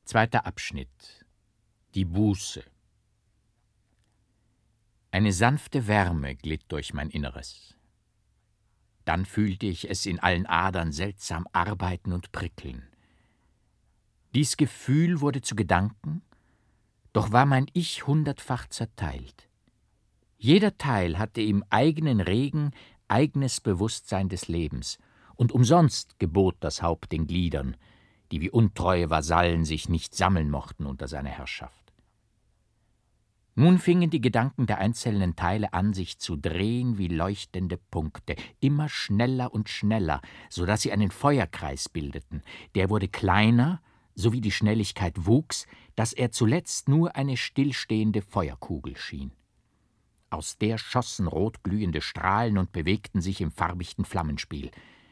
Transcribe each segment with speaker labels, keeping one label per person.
Speaker 1: Zweiter Abschnitt. Die Buße. Eine sanfte Wärme glitt durch mein Inneres. Dann fühlte ich es in allen Adern seltsam arbeiten und prickeln. Dies Gefühl wurde zu Gedanken, doch war mein Ich hundertfach zerteilt. Jeder Teil hatte im eigenen Regen eigenes Bewusstsein des Lebens, und umsonst gebot das Haupt den Gliedern, die wie untreue Vasallen sich nicht sammeln mochten unter seiner Herrschaft. Nun fingen die Gedanken der einzelnen Teile an, sich zu drehen wie leuchtende Punkte, immer schneller und schneller, so dass sie einen Feuerkreis bildeten. Der wurde kleiner, so wie die Schnelligkeit wuchs, dass er zuletzt nur eine stillstehende Feuerkugel schien. Aus der schossen rotglühende Strahlen und bewegten sich im farbichten Flammenspiel.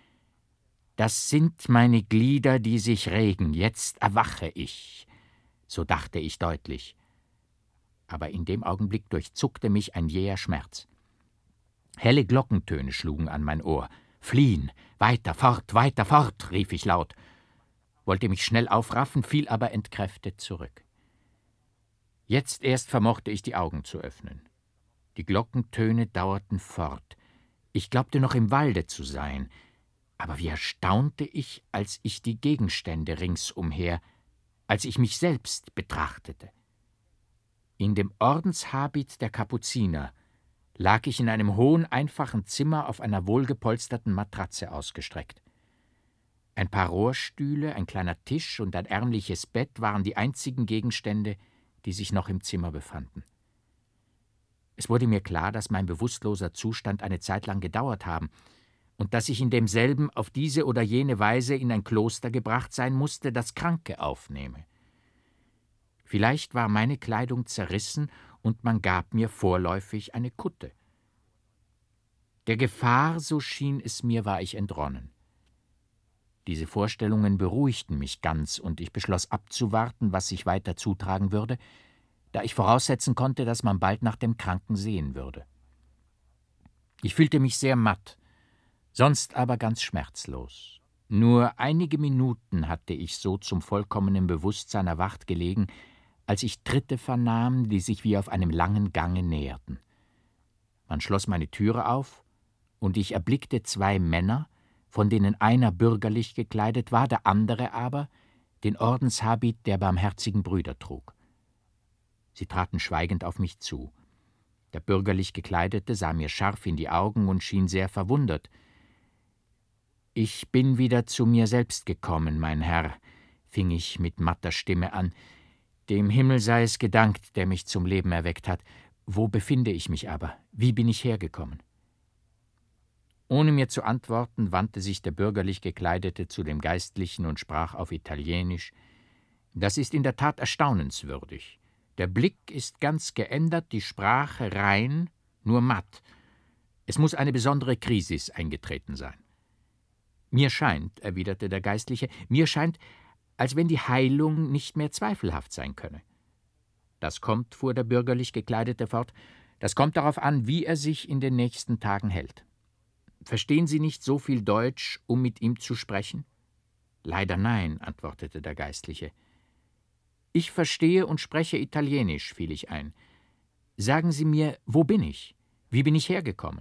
Speaker 1: »Das sind meine Glieder, die sich regen, jetzt erwache ich«, so dachte ich deutlich. Aber in dem Augenblick durchzuckte mich ein jäher Schmerz. Helle Glockentöne schlugen an mein Ohr. »Fliehen! Weiter fort, rief ich laut, wollte mich schnell aufraffen, fiel aber entkräftet zurück. Jetzt erst vermochte ich die Augen zu öffnen. Die Glockentöne dauerten fort. Ich glaubte noch im Walde zu sein, aber wie erstaunte ich, als ich die Gegenstände ringsumher, als ich mich selbst betrachtete. In dem Ordenshabit der Kapuziner lag ich in einem hohen, einfachen Zimmer auf einer wohlgepolsterten Matratze ausgestreckt. Ein paar Rohrstühle, ein kleiner Tisch und ein ärmliches Bett waren die einzigen Gegenstände, die sich noch im Zimmer befanden. Es wurde mir klar, dass mein bewusstloser Zustand eine Zeit lang gedauert haben und dass ich in demselben auf diese oder jene Weise in ein Kloster gebracht sein musste, das Kranke aufnehme. Vielleicht war meine Kleidung zerrissen und man gab mir vorläufig eine Kutte. Der Gefahr, so schien es mir, war ich entronnen. Diese Vorstellungen beruhigten mich ganz, und ich beschloss abzuwarten, was sich weiter zutragen würde, da ich voraussetzen konnte, dass man bald nach dem Kranken sehen würde. Ich fühlte mich sehr matt, sonst aber ganz schmerzlos. Nur einige Minuten hatte ich so zum vollkommenen Bewusstsein erwacht gelegen, als ich Tritte vernahm, die sich wie auf einem langen Gange näherten. Man schloss meine Türe auf, und ich erblickte zwei Männer, von denen einer bürgerlich gekleidet war, der andere aber den Ordenshabit der barmherzigen Brüder trug. Sie traten schweigend auf mich zu. Der bürgerlich Gekleidete sah mir scharf in die Augen und schien sehr verwundert. »Ich bin wieder zu mir selbst gekommen, mein Herr«, fing ich mit matter Stimme an. »Dem Himmel sei es gedankt, der mich zum Leben erweckt hat. Wo befinde ich mich aber? Wie bin ich hergekommen?« Ohne mir zu antworten, wandte sich der bürgerlich Gekleidete zu dem Geistlichen und sprach auf Italienisch: »Das ist in der Tat erstaunenswürdig. Der Blick ist ganz geändert, die Sprache rein, nur matt. Es muss eine besondere Krisis eingetreten sein.« »Mir scheint«, erwiderte der Geistliche, »mir scheint, als wenn die Heilung nicht mehr zweifelhaft sein könne.« »Das kommt«, fuhr der bürgerlich Gekleidete fort, »das kommt darauf an, wie er sich in den nächsten Tagen hält. Verstehen Sie nicht so viel Deutsch, um mit ihm zu sprechen?« »Leider nein«, antwortete der Geistliche. »Ich verstehe und spreche Italienisch«, fiel ich ein. »Sagen Sie mir, wo bin ich? Wie bin ich hergekommen?«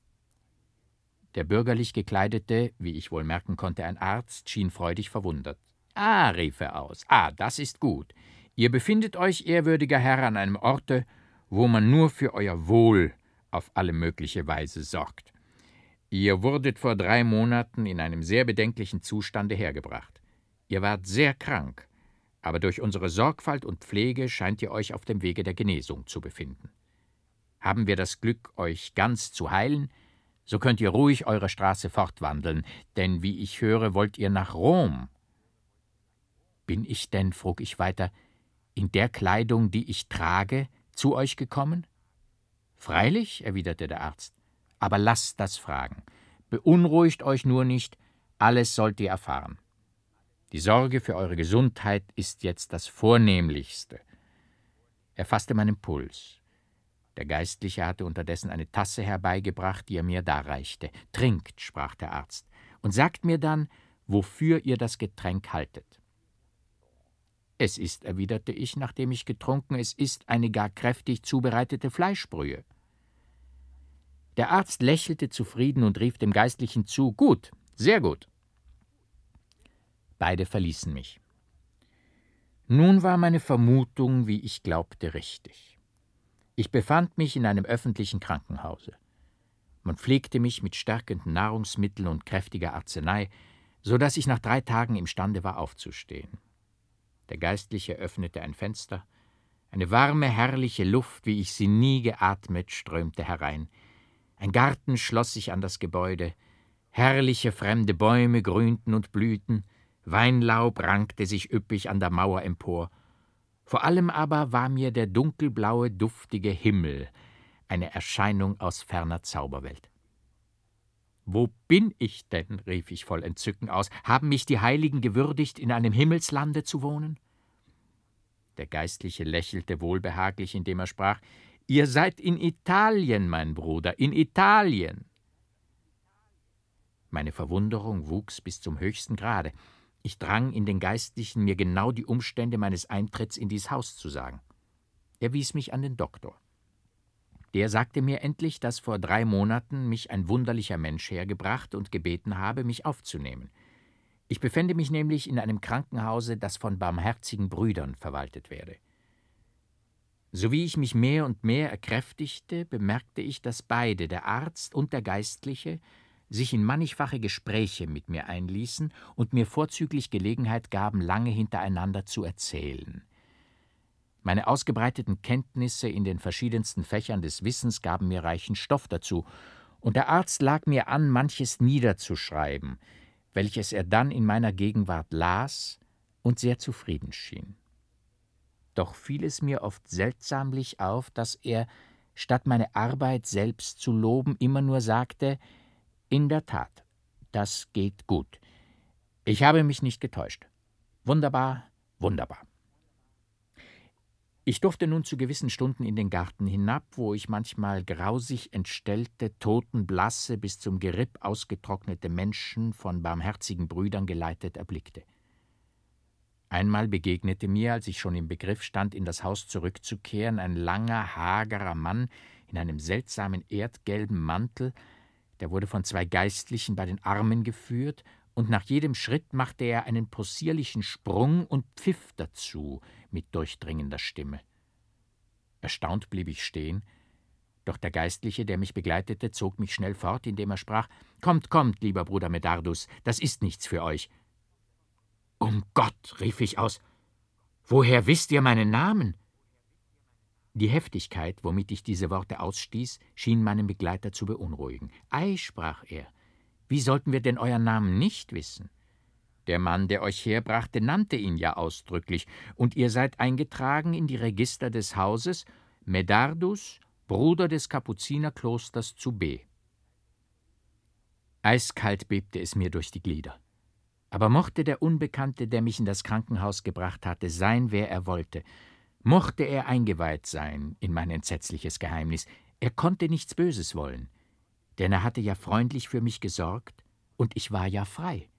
Speaker 1: Der bürgerlich Gekleidete, wie ich wohl merken konnte, ein Arzt, schien freudig verwundert. »Ah«, rief er aus, das ist gut. Ihr befindet euch, ehrwürdiger Herr, an einem Orte, wo man nur für euer Wohl auf alle mögliche Weise sorgt. Ihr wurdet vor 3 Monaten in einem sehr bedenklichen Zustande hergebracht. Ihr wart sehr krank, aber durch unsere Sorgfalt und Pflege scheint ihr euch auf dem Wege der Genesung zu befinden. Haben wir das Glück, euch ganz zu heilen, so könnt ihr ruhig eure Straße fortwandeln, denn, wie ich höre, wollt ihr nach Rom.« »Bin ich denn«, frug ich weiter, »in der Kleidung, die ich trage, zu euch gekommen?« »Freilich«, erwiderte der Arzt, »aber lasst das fragen. Beunruhigt euch nur nicht, alles sollt ihr erfahren. Die Sorge für eure Gesundheit ist jetzt das Vornehmlichste.« Er fasste meinen Puls. Der Geistliche hatte unterdessen eine Tasse herbeigebracht, die er mir darreichte. »Trinkt«, sprach der Arzt, »und sagt mir dann, wofür ihr das Getränk haltet.« »Es ist«, erwiderte ich, nachdem ich getrunken, »es ist eine gar kräftig zubereitete Fleischbrühe.« Der Arzt lächelte zufrieden und rief dem Geistlichen zu: »Gut, sehr gut.« Beide verließen mich. Nun war meine Vermutung, wie ich glaubte, richtig. Ich befand mich in einem öffentlichen Krankenhause. Man pflegte mich mit stärkenden Nahrungsmitteln und kräftiger Arznei, so dass ich nach 3 Tagen imstande war, aufzustehen. Der Geistliche öffnete ein Fenster. Eine warme, herrliche Luft, wie ich sie nie geatmet, strömte herein. Ein Garten schloss sich an das Gebäude. Herrliche fremde Bäume grünten und blühten. Weinlaub rankte sich üppig an der Mauer empor. Vor allem aber war mir der dunkelblaue, duftige Himmel eine Erscheinung aus ferner Zauberwelt. »Wo bin ich denn?« rief ich voll Entzücken aus. »Haben mich die Heiligen gewürdigt, in einem Himmelslande zu wohnen?« Der Geistliche lächelte wohlbehaglich, indem er sprach: »Ihr seid in Italien, mein Bruder, in Italien!« Meine Verwunderung wuchs bis zum höchsten Grade. Ich drang in den Geistlichen, mir genau die Umstände meines Eintritts in dies Haus zu sagen. Er wies mich an den Doktor. Der sagte mir endlich, dass vor 3 Monaten mich ein wunderlicher Mensch hergebracht und gebeten habe, mich aufzunehmen. Ich befände mich nämlich in einem Krankenhause, das von barmherzigen Brüdern verwaltet werde. Sowie ich mich mehr und mehr erkräftigte, bemerkte ich, dass beide, der Arzt und der Geistliche, sich in mannigfache Gespräche mit mir einließen und mir vorzüglich Gelegenheit gaben, lange hintereinander zu erzählen. Meine ausgebreiteten Kenntnisse in den verschiedensten Fächern des Wissens gaben mir reichen Stoff dazu, und der Arzt lag mir an, manches niederzuschreiben, welches er dann in meiner Gegenwart las und sehr zufrieden schien. Doch fiel es mir oft seltsamlich auf, dass er, statt meine Arbeit selbst zu loben, immer nur sagte: »In der Tat, das geht gut. Ich habe mich nicht getäuscht. Wunderbar, wunderbar.« Ich durfte nun zu gewissen Stunden in den Garten hinab, wo ich manchmal grausig entstellte, totenblasse, bis zum Geripp ausgetrocknete Menschen, von barmherzigen Brüdern geleitet, erblickte. Einmal begegnete mir, als ich schon im Begriff stand, in das Haus zurückzukehren, ein langer, hagerer Mann in einem seltsamen erdgelben Mantel. Der wurde von 2 Geistlichen bei den Armen geführt, und nach jedem Schritt machte er einen possierlichen Sprung und pfiff dazu mit durchdringender Stimme. Erstaunt blieb ich stehen, doch der Geistliche, der mich begleitete, zog mich schnell fort, indem er sprach: »Kommt, kommt, lieber Bruder Medardus, das ist nichts für euch.« »Um Gott«, rief ich aus, »woher wisst ihr meinen Namen?« Die Heftigkeit, womit ich diese Worte ausstieß, schien meinen Begleiter zu beunruhigen. »Ei«, sprach er, »wie sollten wir denn euren Namen nicht wissen? Der Mann, der euch herbrachte, nannte ihn ja ausdrücklich, und ihr seid eingetragen in die Register des Hauses, Medardus, Bruder des Kapuzinerklosters zu B.« Eiskalt bebte es mir durch die Glieder. Aber mochte der Unbekannte, der mich in das Krankenhaus gebracht hatte, sein, wer er wollte, mochte er eingeweiht sein in mein entsetzliches Geheimnis, er konnte nichts Böses wollen, denn er hatte ja freundlich für mich gesorgt, und ich war ja frei.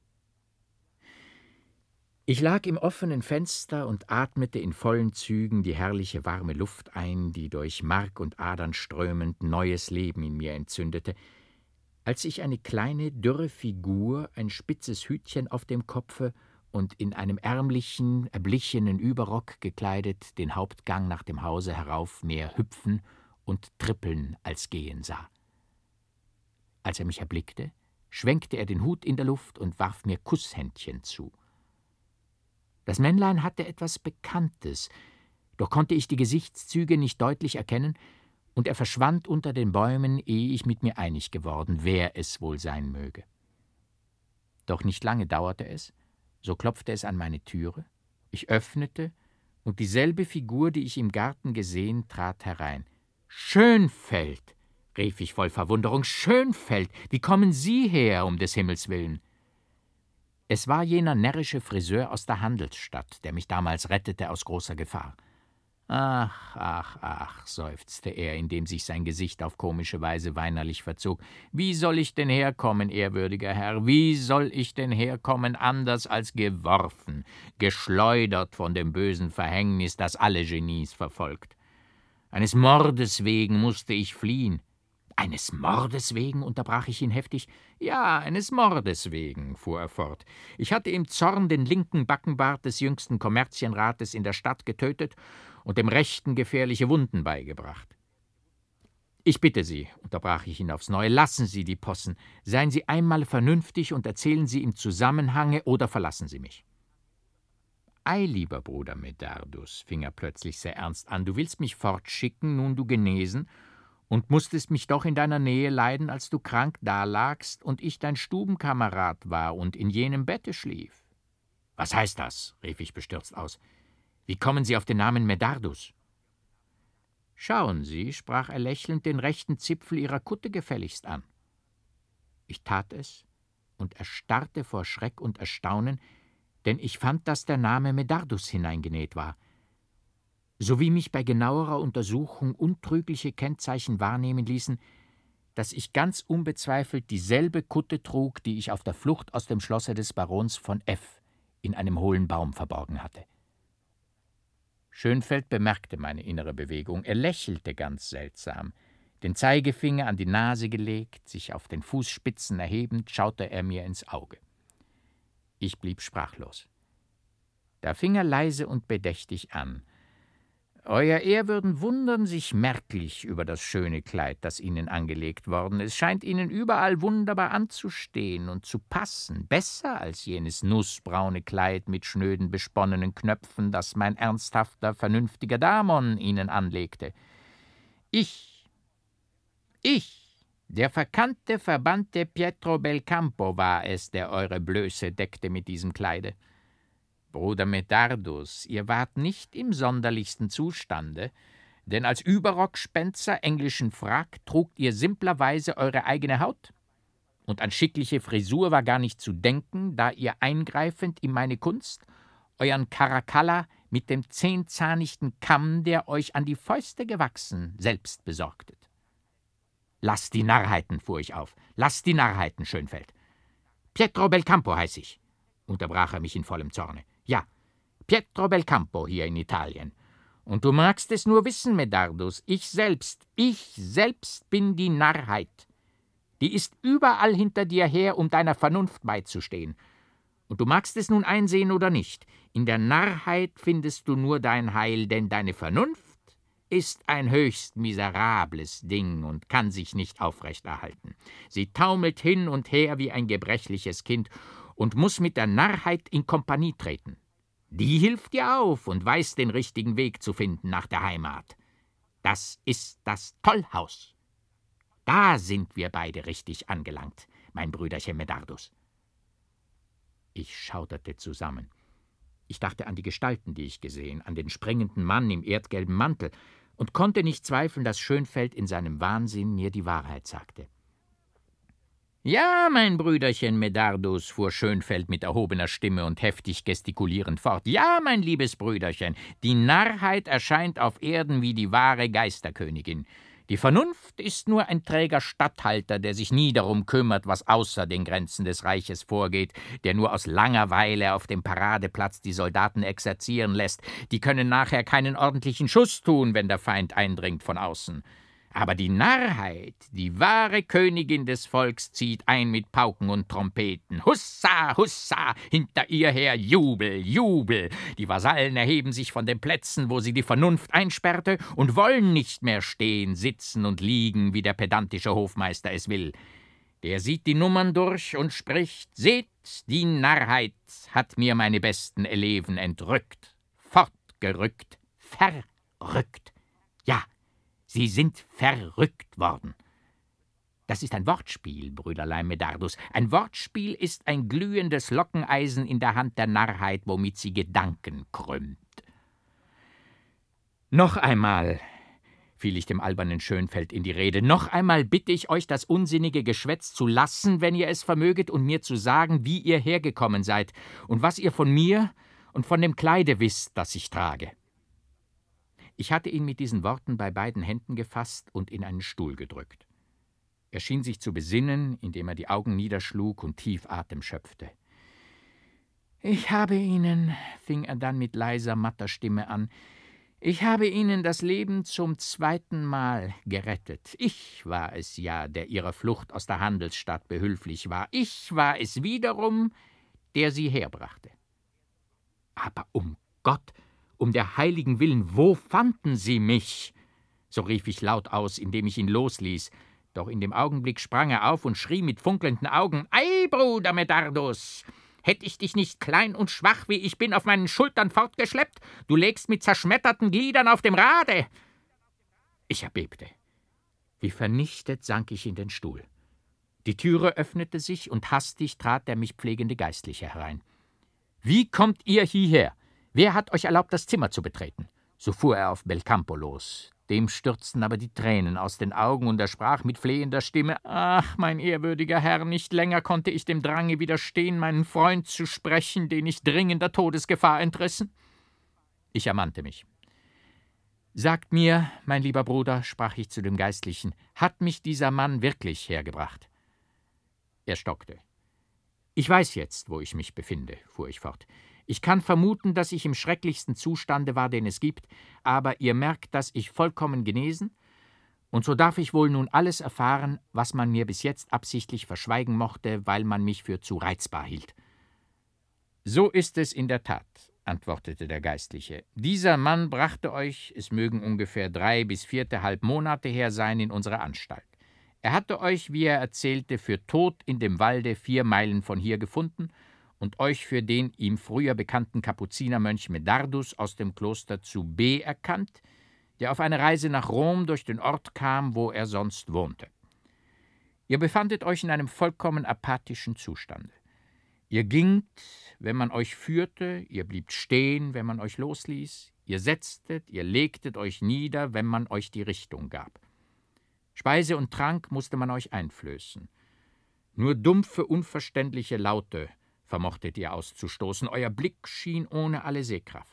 Speaker 1: Ich lag im offenen Fenster und atmete in vollen Zügen die herrliche warme Luft ein, die durch Mark und Adern strömend neues Leben in mir entzündete, als ich eine kleine, dürre Figur, ein spitzes Hütchen auf dem Kopfe und in einem ärmlichen, erblichenen Überrock gekleidet, den Hauptgang nach dem Hause herauf mehr hüpfen und trippeln als gehen sah. Als er mich erblickte, schwenkte er den Hut in der Luft und warf mir Kusshändchen zu. Das Männlein hatte etwas Bekanntes, doch konnte ich die Gesichtszüge nicht deutlich erkennen, und er verschwand unter den Bäumen, ehe ich mit mir einig geworden, wer es wohl sein möge. Doch nicht lange dauerte es, so klopfte es an meine Türe, ich öffnete, und dieselbe Figur, die ich im Garten gesehen, trat herein. »Schönfeld«, rief ich voll Verwunderung, »Schönfeld, wie kommen Sie her, um des Himmels willen?« Es war jener närrische Friseur aus der Handelsstadt, der mich damals rettete aus großer Gefahr. Ach, ach, ach, seufzte er, indem sich sein Gesicht auf komische Weise weinerlich verzog. Wie soll ich denn herkommen, ehrwürdiger Herr? Wie soll ich denn herkommen, anders als geworfen, geschleudert von dem bösen Verhängnis, das alle Genies verfolgt? Eines Mordes wegen musste ich fliehen. »Eines Mordes wegen?« unterbrach ich ihn heftig. »Ja, eines Mordes wegen«, fuhr er fort. »Ich hatte im Zorn den linken Backenbart des jüngsten Kommerzienrates in der Stadt getötet und dem Rechten gefährliche Wunden beigebracht.« »Ich bitte Sie«, unterbrach ich ihn aufs Neue, »lassen Sie die Possen. Seien Sie einmal vernünftig und erzählen Sie im Zusammenhange oder verlassen Sie mich.« »Ei, lieber Bruder Medardus«, fing er plötzlich sehr ernst an, »du willst mich fortschicken, nun du genesen, und musstest mich doch in deiner Nähe leiden, als du krank dalagst und ich dein Stubenkamerad war und in jenem Bette schlief.« »Was heißt das?« rief ich bestürzt aus. »Wie kommen Sie auf den Namen Medardus?« »Schauen Sie«, sprach er lächelnd, »den rechten Zipfel Ihrer Kutte gefälligst an.« Ich tat es und erstarrte vor Schreck und Erstaunen, denn ich fand, dass der Name Medardus hineingenäht war. Sowie mich bei genauerer Untersuchung untrügliche Kennzeichen wahrnehmen ließen, dass ich ganz unbezweifelt dieselbe Kutte trug, die ich auf der Flucht aus dem Schlosse des Barons von F. in einem hohlen Baum verborgen hatte. Schönfeld bemerkte meine innere Bewegung. Er lächelte ganz seltsam. Den Zeigefinger an die Nase gelegt, sich auf den Fußspitzen erhebend, schaute er mir ins Auge. Ich blieb sprachlos. Da fing er leise und bedächtig an. »Euer Ehrwürden wundern sich merklich über das schöne Kleid, das Ihnen angelegt worden. Es scheint Ihnen überall wunderbar anzustehen und zu passen, besser als jenes nussbraune Kleid mit schnöden besponnenen Knöpfen, das mein ernsthafter, vernünftiger Damon Ihnen anlegte. Ich, der verkannte, verbannte Pietro Belcampo war es, der eure Blöße deckte mit diesem Kleide. Bruder Medardus, ihr wart nicht im sonderlichsten Zustande, denn als Überrockspenzer englischen Frack trugt ihr simplerweise eure eigene Haut. Und an schickliche Frisur war gar nicht zu denken, da ihr eingreifend in meine Kunst euren Caracalla mit dem zehnzahnigten Kamm, der euch an die Fäuste gewachsen, selbst besorgtet. »Lasst die Narrheiten«, fuhr ich auf, »lasst die Narrheiten, Schönfeld. Pietro Belcampo heiß ich«, unterbrach er mich in vollem Zorne. »Ja, Pietro Belcampo hier in Italien. Und du magst es nur wissen, Medardus, ich selbst bin die Narrheit. Die ist überall hinter dir her, um deiner Vernunft beizustehen. Und du magst es nun einsehen oder nicht, in der Narrheit findest du nur dein Heil, denn deine Vernunft ist ein höchst miserables Ding und kann sich nicht aufrechterhalten. Sie taumelt hin und her wie ein gebrechliches Kind und muss mit der Narrheit in Kompanie treten. Die hilft dir auf und weiß den richtigen Weg zu finden nach der Heimat. Das ist das Tollhaus. Da sind wir beide richtig angelangt, mein Brüderchen Medardus.« Ich schauderte zusammen. Ich dachte an die Gestalten, die ich gesehen, an den springenden Mann im erdgelben Mantel und konnte nicht zweifeln, dass Schönfeld in seinem Wahnsinn mir die Wahrheit sagte. »Ja, mein Brüderchen Medardus«, fuhr Schönfeld mit erhobener Stimme und heftig gestikulierend fort, »ja, mein liebes Brüderchen, die Narrheit erscheint auf Erden wie die wahre Geisterkönigin. Die Vernunft ist nur ein träger Statthalter, der sich nie darum kümmert, was außer den Grenzen des Reiches vorgeht, der nur aus Langeweile auf dem Paradeplatz die Soldaten exerzieren lässt. Die können nachher keinen ordentlichen Schuss tun, wenn der Feind eindringt von außen. Aber die Narrheit, die wahre Königin des Volks, zieht ein mit Pauken und Trompeten. Hussa, hussa, hinter ihr her Jubel, Jubel. Die Vasallen erheben sich von den Plätzen, wo sie die Vernunft einsperrte, und wollen nicht mehr stehen, sitzen und liegen, wie der pedantische Hofmeister es will. Der sieht die Nummern durch und spricht: »Seht, die Narrheit hat mir meine besten Eleven entrückt, fortgerückt, verrückt. Ja, sie sind verrückt worden.« Das ist ein Wortspiel, Brüderlein Medardus. Ein Wortspiel ist ein glühendes Lockeneisen in der Hand der Narrheit, womit sie Gedanken krümmt. »Noch einmal«, fiel ich dem albernen Schönfeld in die Rede, »noch einmal bitte ich euch, das unsinnige Geschwätz zu lassen, wenn ihr es vermöget, und mir zu sagen, wie ihr hergekommen seid und was ihr von mir und von dem Kleide wisst, das ich trage.« Ich hatte ihn mit diesen Worten bei beiden Händen gefasst und in einen Stuhl gedrückt. Er schien sich zu besinnen, indem er die Augen niederschlug und tief Atem schöpfte. »Ich habe Ihnen«, fing er dann mit leiser, matter Stimme an, »ich habe Ihnen das Leben zum 2. Mal gerettet. Ich war es ja, der Ihrer Flucht aus der Handelsstadt behülflich war. Ich war es wiederum, der Sie herbrachte. Aber um Gott, um der heiligen Willen, wo fanden Sie mich?« So rief ich laut aus, indem ich ihn losließ. Doch in dem Augenblick sprang er auf und schrie mit funkelnden Augen, »Ei, Bruder Medardus! Hätt ich dich nicht klein und schwach, wie ich bin, auf meinen Schultern fortgeschleppt? Du lägst mit zerschmetterten Gliedern auf dem Rade!« Ich erbebte. Wie vernichtet sank ich in den Stuhl. Die Türe öffnete sich und hastig trat der mich pflegende Geistliche herein. »Wie kommt ihr hierher? Wer hat euch erlaubt, das Zimmer zu betreten?« So fuhr er auf Belcampo los. Dem stürzten aber die Tränen aus den Augen, und er sprach mit flehender Stimme, »Ach, mein ehrwürdiger Herr, nicht länger konnte ich dem Drange widerstehen, meinen Freund zu sprechen, den ich dringender Todesgefahr entrissen.« Ich ermannte mich. »Sagt mir, mein lieber Bruder«, sprach ich zu dem Geistlichen, »hat mich dieser Mann wirklich hergebracht?« Er stockte. »Ich weiß jetzt, wo ich mich befinde«, fuhr ich fort. »Ich kann vermuten, dass ich im schrecklichsten Zustande war, den es gibt, aber ihr merkt, dass ich vollkommen genesen, und so darf ich wohl nun alles erfahren, was man mir bis jetzt absichtlich verschweigen mochte, weil man mich für zu reizbar hielt.« »So ist es in der Tat«, antwortete der Geistliche. »Dieser Mann brachte euch, es mögen ungefähr 3 bis 4,5 Monate her sein, in unsere Anstalt. Er hatte euch, wie er erzählte, für tot in dem Walde 4 Meilen von hier gefunden und euch für den ihm früher bekannten Kapuzinermönch Medardus aus dem Kloster zu B erkannt, der auf eine Reise nach Rom durch den Ort kam, wo er sonst wohnte. Ihr befandet euch in einem vollkommen apathischen Zustande. Ihr gingt, wenn man euch führte, ihr bliebt stehen, wenn man euch losließ, ihr setztet, ihr legtet euch nieder, wenn man euch die Richtung gab. Speise und Trank musste man euch einflößen. Nur dumpfe, unverständliche Laute vermochtet ihr auszustoßen, euer Blick schien ohne alle Sehkraft.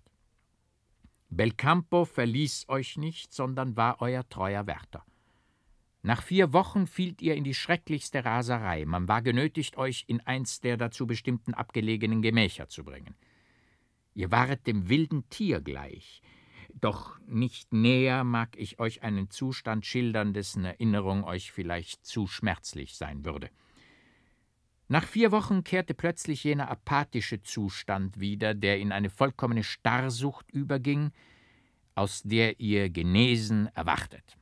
Speaker 1: Belcampo verließ euch nicht, sondern war euer treuer Wärter. Nach 4 Wochen fielt ihr in die schrecklichste Raserei, man war genötigt, euch in eins der dazu bestimmten abgelegenen Gemächer zu bringen. Ihr waret dem wilden Tier gleich, doch nicht näher mag ich euch einen Zustand schildern, dessen Erinnerung euch vielleicht zu schmerzlich sein würde. Nach 4 Wochen kehrte plötzlich jener apathische Zustand wieder, der in eine vollkommene Starrsucht überging, aus der ihr genesen erwachtet.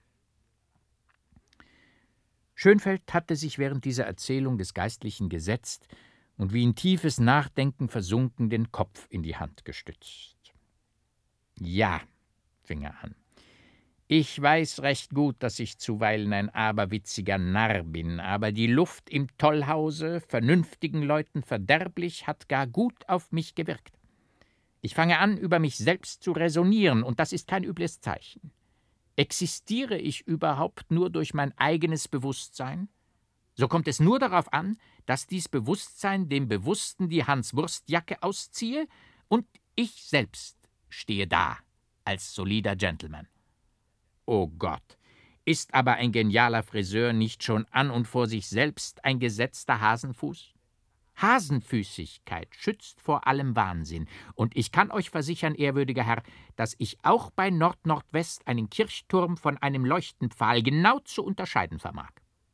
Speaker 1: Schönfeld hatte sich während dieser Erzählung des Geistlichen gesetzt und wie in tiefes Nachdenken versunken den Kopf in die Hand gestützt. »Ja«, fing er an, »ich weiß recht gut, dass ich zuweilen ein aberwitziger Narr bin, aber die Luft im Tollhause, vernünftigen Leuten verderblich, hat gar gut auf mich gewirkt. Ich fange an, über mich selbst zu räsonieren, und das ist kein übles Zeichen. Existiere ich überhaupt nur durch mein eigenes Bewusstsein? So kommt es nur darauf an, dass dies Bewusstsein dem Bewussten die Hanswurstjacke ausziehe, und ich selbst stehe da als solider Gentleman. O Gott, ist aber ein genialer Friseur nicht schon an und vor sich selbst ein gesetzter Hasenfuß? Hasenfüßigkeit schützt vor allem Wahnsinn, und ich kann euch versichern, ehrwürdiger Herr, dass ich auch bei Nord-Nordwest einen Kirchturm von einem Leuchtenpfahl genau zu unterscheiden vermag.«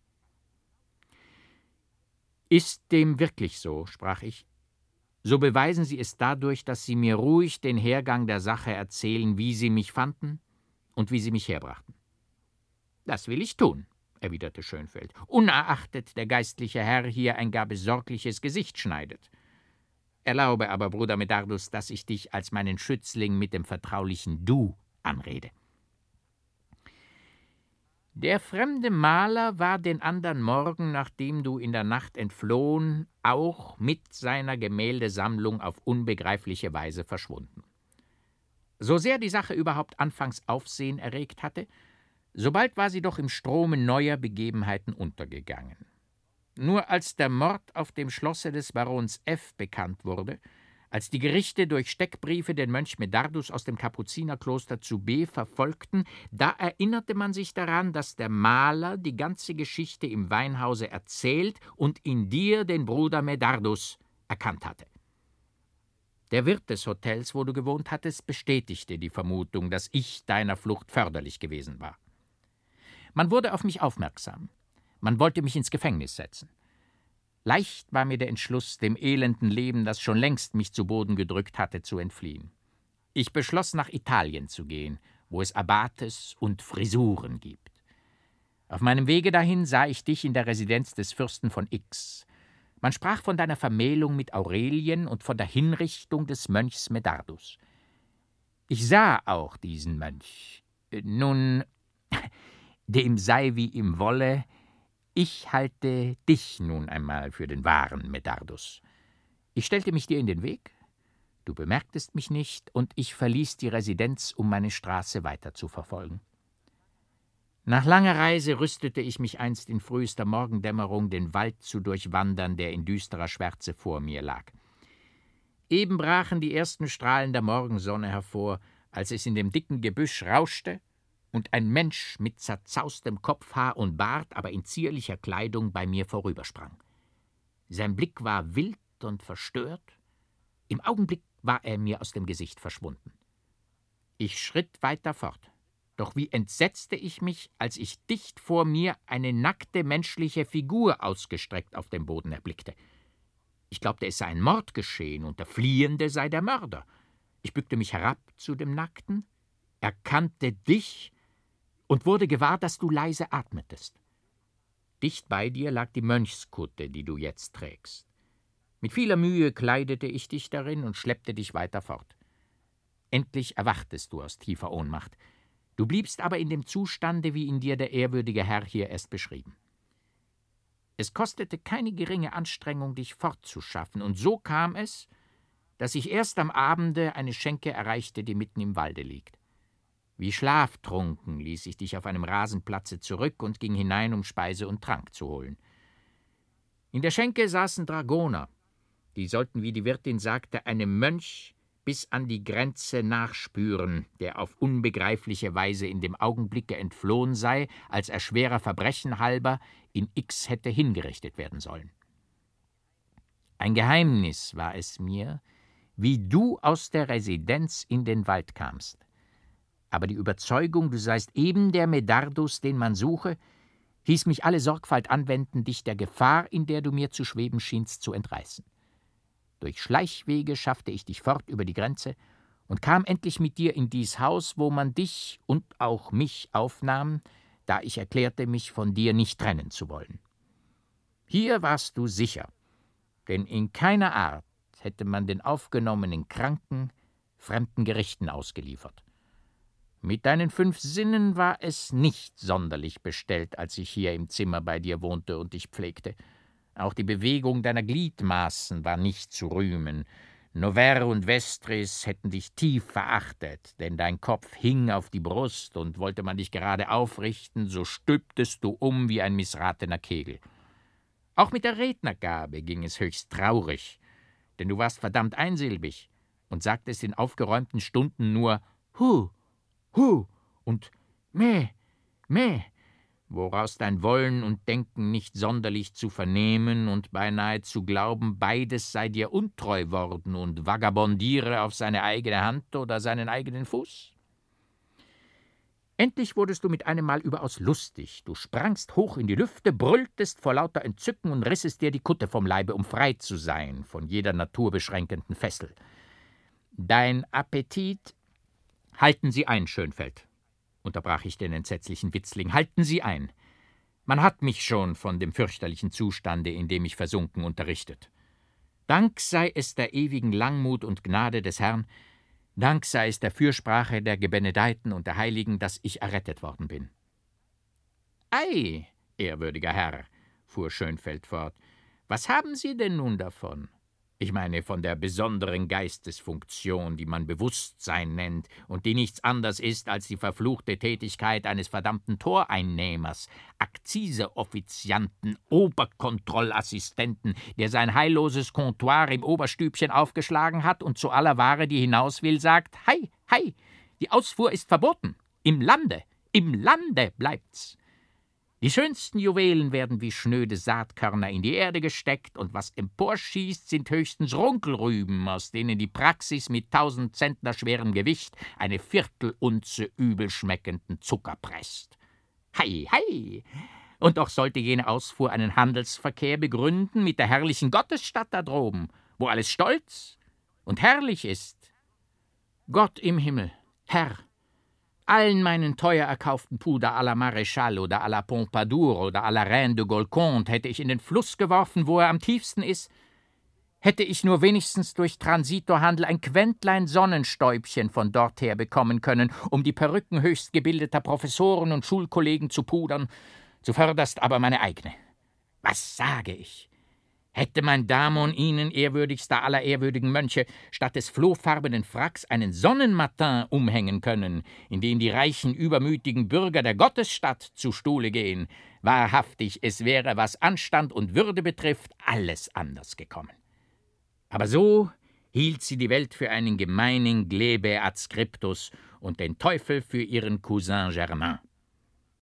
Speaker 1: »Ist dem wirklich so?«, sprach ich. »So beweisen Sie es dadurch, dass Sie mir ruhig den Hergang der Sache erzählen, wie Sie mich fanden und wie Sie mich herbrachten.« »Das will ich tun«, erwiderte Schönfeld, »unerachtet der geistliche Herr hier ein gar besorgliches Gesicht schneidet. Erlaube aber, Bruder Medardus, dass ich dich als meinen Schützling mit dem vertraulichen Du anrede. Der fremde Maler war den andern Morgen, nachdem du in der Nacht entflohen, auch mit seiner Gemäldesammlung auf unbegreifliche Weise verschwunden. So sehr die Sache überhaupt anfangs Aufsehen erregt hatte, sobald war sie doch im Strome neuer Begebenheiten untergegangen. Nur als der Mord auf dem Schlosse des Barons F. bekannt wurde, Als die Gerichte durch Steckbriefe den Mönch Medardus aus dem Kapuzinerkloster zu B verfolgten, da erinnerte man sich daran, dass der Maler die ganze Geschichte im Weinhause erzählt und in dir den Bruder Medardus erkannt hatte. Der Wirt des Hotels, wo du gewohnt hattest, bestätigte die Vermutung, dass ich deiner Flucht förderlich gewesen war. Man wurde auf mich aufmerksam. Man wollte mich ins Gefängnis setzen. Leicht war mir der Entschluss, dem elenden Leben, das schon längst mich zu Boden gedrückt hatte, zu entfliehen. Ich beschloss, nach Italien zu gehen, wo es Abates und Frisuren gibt. Auf meinem Wege dahin sah ich dich in der Residenz des Fürsten von X. Man sprach von deiner Vermählung mit Aurelien und von der Hinrichtung des Mönchs Medardus. Ich sah auch diesen Mönch. Nun, dem sei wie ihm wolle, ich halte dich nun einmal für den wahren Medardus. Ich stellte mich dir in den Weg, du bemerktest mich nicht, und ich verließ die Residenz, um meine Straße weiter zu verfolgen. Nach langer Reise rüstete ich mich einst in frühester Morgendämmerung, den Wald zu durchwandern, der in düsterer Schwärze vor mir lag. Eben brachen die ersten Strahlen der Morgensonne hervor, als es in dem dicken Gebüsch rauschte und ein Mensch mit zerzaustem Kopfhaar und Bart, aber in zierlicher Kleidung, bei mir vorübersprang. Sein Blick war wild und verstört. Im Augenblick war er mir aus dem Gesicht verschwunden. Ich schritt weiter fort. Doch wie entsetzte ich mich, als ich dicht vor mir eine nackte menschliche Figur ausgestreckt auf dem Boden erblickte. Ich glaubte, es sei ein Mord geschehen und der Fliehende sei der Mörder. Ich bückte mich herab zu dem Nackten, erkannte dich und wurde gewahr, dass du leise atmetest. Dicht bei dir lag die Mönchskutte, die du jetzt trägst. Mit vieler Mühe kleidete ich dich darin und schleppte dich weiter fort. Endlich erwachtest du aus tiefer Ohnmacht. Du bliebst aber in dem Zustande, wie ihn dir der ehrwürdige Herr hier erst beschrieben. Es kostete keine geringe Anstrengung, dich fortzuschaffen, und so kam es, dass ich erst am Abende eine Schenke erreichte, die mitten im Walde liegt. Wie schlaftrunken ließ ich dich auf einem Rasenplatze zurück und ging hinein, um Speise und Trank zu holen. In der Schenke saßen Dragoner, die sollten, wie die Wirtin sagte, einem Mönch bis an die Grenze nachspüren, der auf unbegreifliche Weise in dem Augenblicke entflohen sei, als er schwerer Verbrechen halber in X hätte hingerichtet werden sollen. Ein Geheimnis war es mir, wie du aus der Residenz in den Wald kamst. Aber die Überzeugung, du seist eben der Medardus, den man suche, hieß mich alle Sorgfalt anwenden, dich der Gefahr, in der du mir zu schweben schienst, zu entreißen. Durch Schleichwege schaffte ich dich fort über die Grenze und kam endlich mit dir in dies Haus, wo man dich und auch mich aufnahm, da ich erklärte, mich von dir nicht trennen zu wollen. Hier warst du sicher, denn in keiner Art hätte man den aufgenommenen Kranken fremden Gerichten ausgeliefert. Mit deinen 5 Sinnen war es nicht sonderlich bestellt, als ich hier im Zimmer bei dir wohnte und dich pflegte. Auch die Bewegung deiner Gliedmaßen war nicht zu rühmen. Noverre und Vestris hätten dich tief verachtet, denn dein Kopf hing auf die Brust, und wollte man dich gerade aufrichten, so stülptest du um wie ein missratener Kegel. Auch mit der Rednergabe ging es höchst traurig, denn du warst verdammt einsilbig und sagtest in aufgeräumten Stunden nur »Hu«, »Hu« und »Meh«, »Meh«, woraus dein Wollen und Denken nicht sonderlich zu vernehmen und beinahe zu glauben, beides sei dir untreu worden und vagabondiere auf seine eigene Hand oder seinen eigenen Fuß. Endlich wurdest du mit einem Mal überaus lustig. Du sprangst hoch in die Lüfte, brülltest vor lauter Entzücken und rissest dir die Kutte vom Leibe, um frei zu sein von jeder naturbeschränkenden Fessel. Dein Appetit. »Halten Sie ein, Schönfeld«, unterbrach ich den entsetzlichen Witzling, »halten Sie ein. Man hat mich schon von dem fürchterlichen Zustande, in dem ich versunken, unterrichtet. Dank sei es der ewigen Langmut und Gnade des Herrn, Dank sei es der Fürsprache der Gebenedeiten und der Heiligen, dass ich errettet worden bin.« »Ei, ehrwürdiger Herr«, fuhr Schönfeld fort, »was haben Sie denn nun davon? Ich meine von der besonderen Geistesfunktion, die man Bewusstsein nennt und die nichts anderes ist als die verfluchte Tätigkeit eines verdammten Toreinnehmers, Akziseoffizianten, Oberkontrollassistenten, der sein heilloses Comptoir im Oberstübchen aufgeschlagen hat und zu aller Ware, die hinaus will, sagt: Hei, hei, die Ausfuhr ist verboten. Im Lande bleibt's. Die schönsten Juwelen werden wie schnöde Saatkörner in die Erde gesteckt, und was emporschießt, sind höchstens Runkelrüben, aus denen die Praxis mit 1000 Zentner schwerem Gewicht eine Viertelunze übelschmeckenden Zucker presst. Hei, hei! Und doch sollte jene Ausfuhr einen Handelsverkehr begründen mit der herrlichen Gottesstadt da droben, wo alles stolz und herrlich ist. Gott im Himmel, Herr, allen meinen teuer erkauften Puder à la Maréchal oder à la Pompadour oder à la Reine de Golconde hätte ich in den Fluss geworfen, wo er am tiefsten ist. Hätte ich nur wenigstens durch Transitorhandel ein Quentlein Sonnenstäubchen von dorther bekommen können, um die Perücken höchst gebildeter Professoren und Schulkollegen zu pudern, zuvörderst aber meine eigene. Was sage ich? Hätte mein Damon Ihnen, ehrwürdigster aller ehrwürdigen Mönche, statt des flohfarbenen Fracks einen Sonnenmatin umhängen können, in den die reichen, übermütigen Bürger der Gottesstadt zu Stuhle gehen, wahrhaftig, es wäre, was Anstand und Würde betrifft, alles anders gekommen. Aber so hielt sie die Welt für einen gemeinen Glebe Adscriptus und den Teufel für ihren Cousin Germain.